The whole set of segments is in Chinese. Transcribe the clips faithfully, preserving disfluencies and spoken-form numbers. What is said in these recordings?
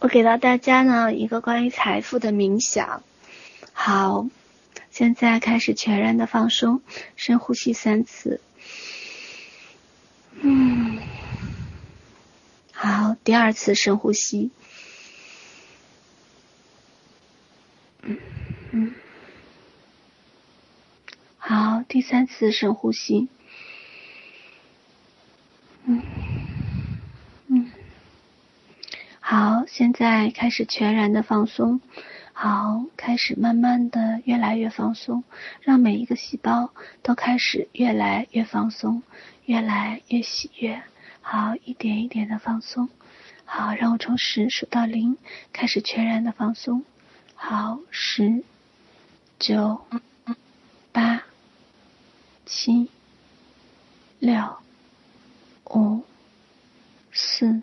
我给到大家呢一个关于财富的冥想。好，现在开始全然的放松，深呼吸三次。嗯，好，第二次深呼吸。嗯嗯，好，第三次深呼吸。嗯嗯，好，现在开始全然的放松。好，开始慢慢的越来越放松，让每一个细胞都开始越来越放松，越来越喜悦。好，一点一点的放松。好，让我从十数到零，开始全然的放松。好，十、九、八、七、六、五、四、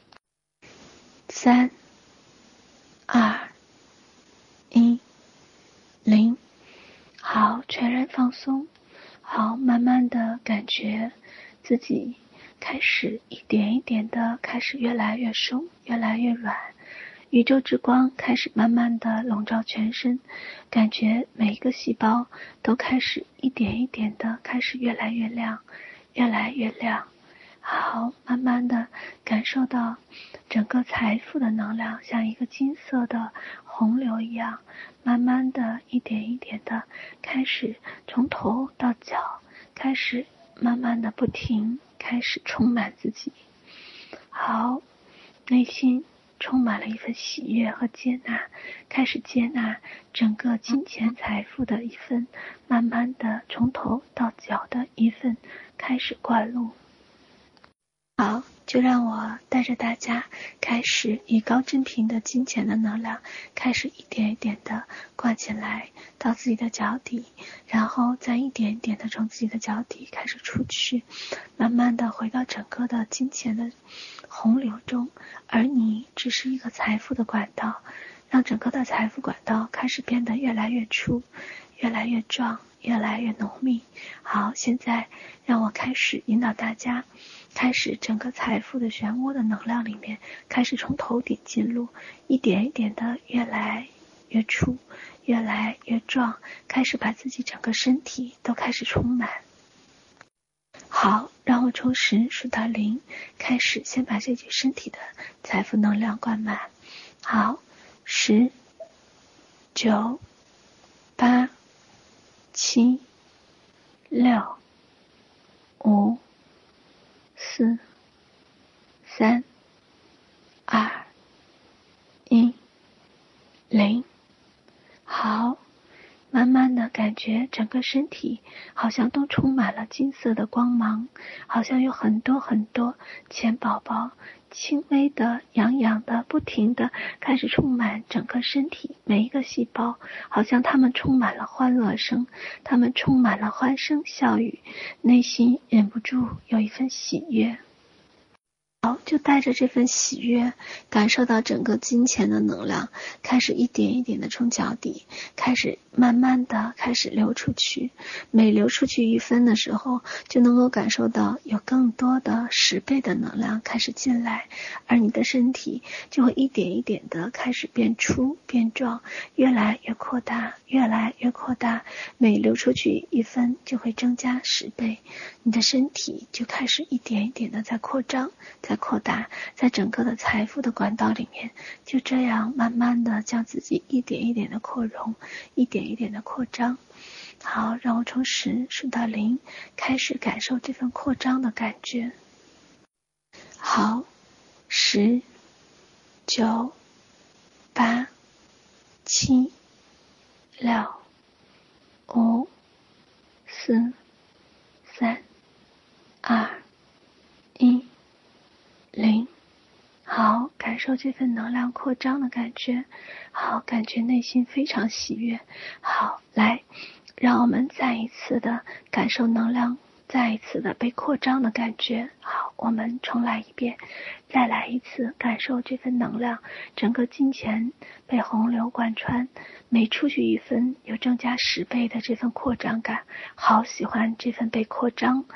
三、二、一、零。好，全然放松。好，慢慢的感觉自己开始一点一点的开始越来越松，越来越软。宇宙之光开始慢慢的笼罩全身，感觉每一个细胞都开始一点一点的开始越来越亮，越来越亮。好，慢慢的感受到整个财富的能量像一个金色的洪流一样，慢慢的一点一点的开始从头到脚开始慢慢的不停开始充满自己。好，内心充满了一份喜悦和接纳，开始接纳整个金钱财富的一份，慢慢的从头到脚的一份开始灌入。好，就让我带着大家开始以高振频的金钱的能量开始一点一点的灌进来到自己的脚底，然后再一点一点的从自己的脚底开始出去，慢慢的回到整个的金钱的洪流中，而你只是一个财富的管道，让整个的财富管道开始变得越来越粗，越来越壮，越来越浓密。好，现在让我开始引导大家开始整个财富的漩涡的能量里面，开始从头顶进入，一点一点的越来越粗，越来越壮，开始把自己整个身体都开始充满。好，让我从十数到零，开始先把这具身体的财富能量灌满。好，十、九、八、七、六、五、四、三、二、一、零。好，慢慢的感觉整个身体好像都充满了金色的光芒，好像有很多很多钱宝宝轻微的痒痒的不停的开始充满整个身体，每一个细胞好像它们充满了欢乐声，它们充满了欢声笑语，内心忍不住有一份喜悦。好，就带着这份喜悦，感受到整个金钱的能量开始一点一点的从脚底开始慢慢的开始流出去，每流出去一分的时候，就能够感受到有更多的十倍的能量开始进来，而你的身体就会一点一点的开始变粗变壮，越来越扩大，越来越扩大，每流出去一分就会增加十倍，你的身体就开始一点一点的在扩张，在扩大，在整个的财富的管道里面，就这样慢慢的将自己一点一点的扩容，一点一点的扩张。好，让我从十数到零，开始感受这份扩张的感觉。好，十、九、八、七、六、五、四、三、二、一、零。好，感受这份能量扩张的感觉。好，感觉内心非常喜悦。好，来，让我们再一次的感受能量再一次的被扩张的感觉。好，我们重来一遍，再来一次，感受这份能量，整个金钱被洪流贯穿，每出去一分有增加十倍的这份扩张感。好喜欢这份被扩张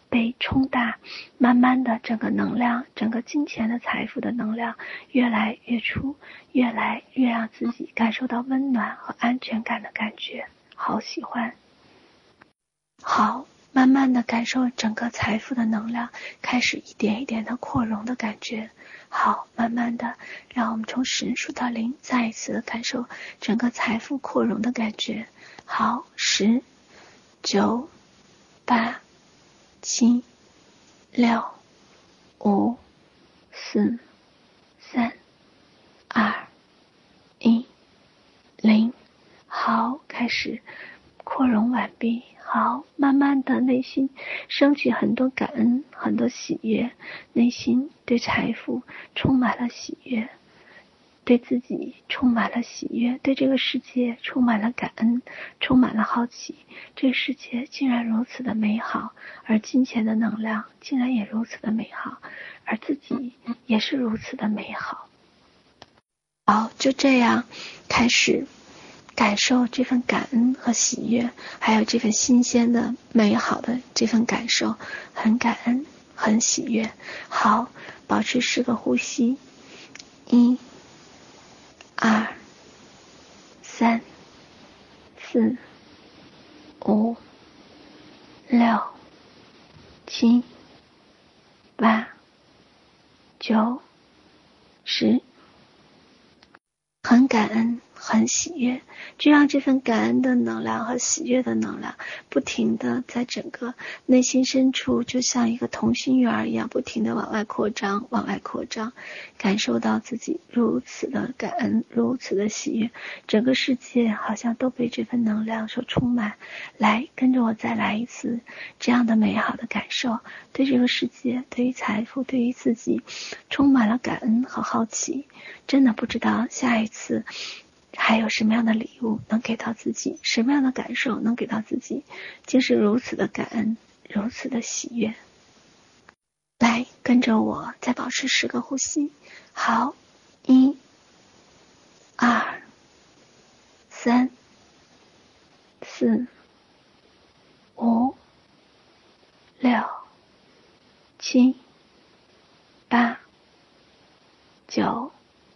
被冲大，慢慢的整个能量，整个金钱的财富的能量越来越出，越来越让自己感受到温暖和安全感的感觉，好喜欢。好，慢慢的感受整个财富的能量开始一点一点的扩容的感觉。好，慢慢的让我们从十数到零，再一次的感受整个财富扩容的感觉。好，十、九、八、七、六、五、四、三、二、一、零。好，开始扩容完毕。好，慢慢的内心升起很多感恩，很多喜悦，内心对财富充满了喜悦，对自己充满了喜悦，对这个世界充满了感恩，充满了好奇。这个世界竟然如此的美好，而金钱的能量竟然也如此的美好，而自己也是如此的美好。好，就这样开始感受这份感恩和喜悦，还有这份新鲜的美好的这份感受，很感恩，很喜悦。好，保持十个呼吸，一、二、三、四、五、六、七、八、九、十。很感恩，很喜悦，就让这份感恩的能量和喜悦的能量不停的在整个内心深处，就像一个同心圆一样，不停的往外扩张，往外扩张，感受到自己如此的感恩，如此的喜悦，整个世界好像都被这份能量所充满。来，跟着我再来一次这样的美好的感受，对这个世界，对于财富，对于自己充满了感恩和好奇。真的不知道下一次还有什么样的礼物能给到自己，什么样的感受能给到自己，竟是如此的感恩，如此的喜悦。来，跟着我再保持十个呼吸。好，一、二、三、四、五、六、七、八、九、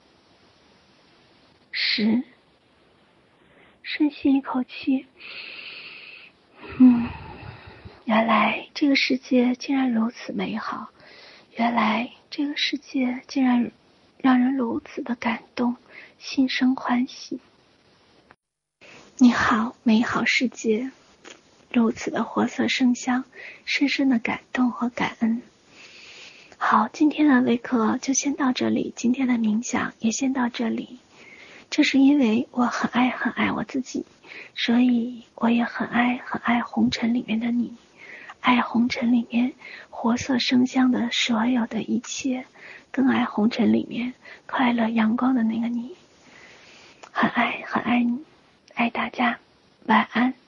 十。深吸一口气，嗯，原来这个世界竟然如此美好，原来这个世界竟然让人如此的感动，心生欢喜。你好，美好世界，如此的活色生香，深深的感动和感恩。好，今天的微课就先到这里，今天的冥想也先到这里。这是因为我很爱很爱我自己，所以我也很爱很爱红尘里面的你，爱红尘里面活色生香的所有的一切，更爱红尘里面快乐阳光的那个你。很爱很爱你，爱大家，晚安。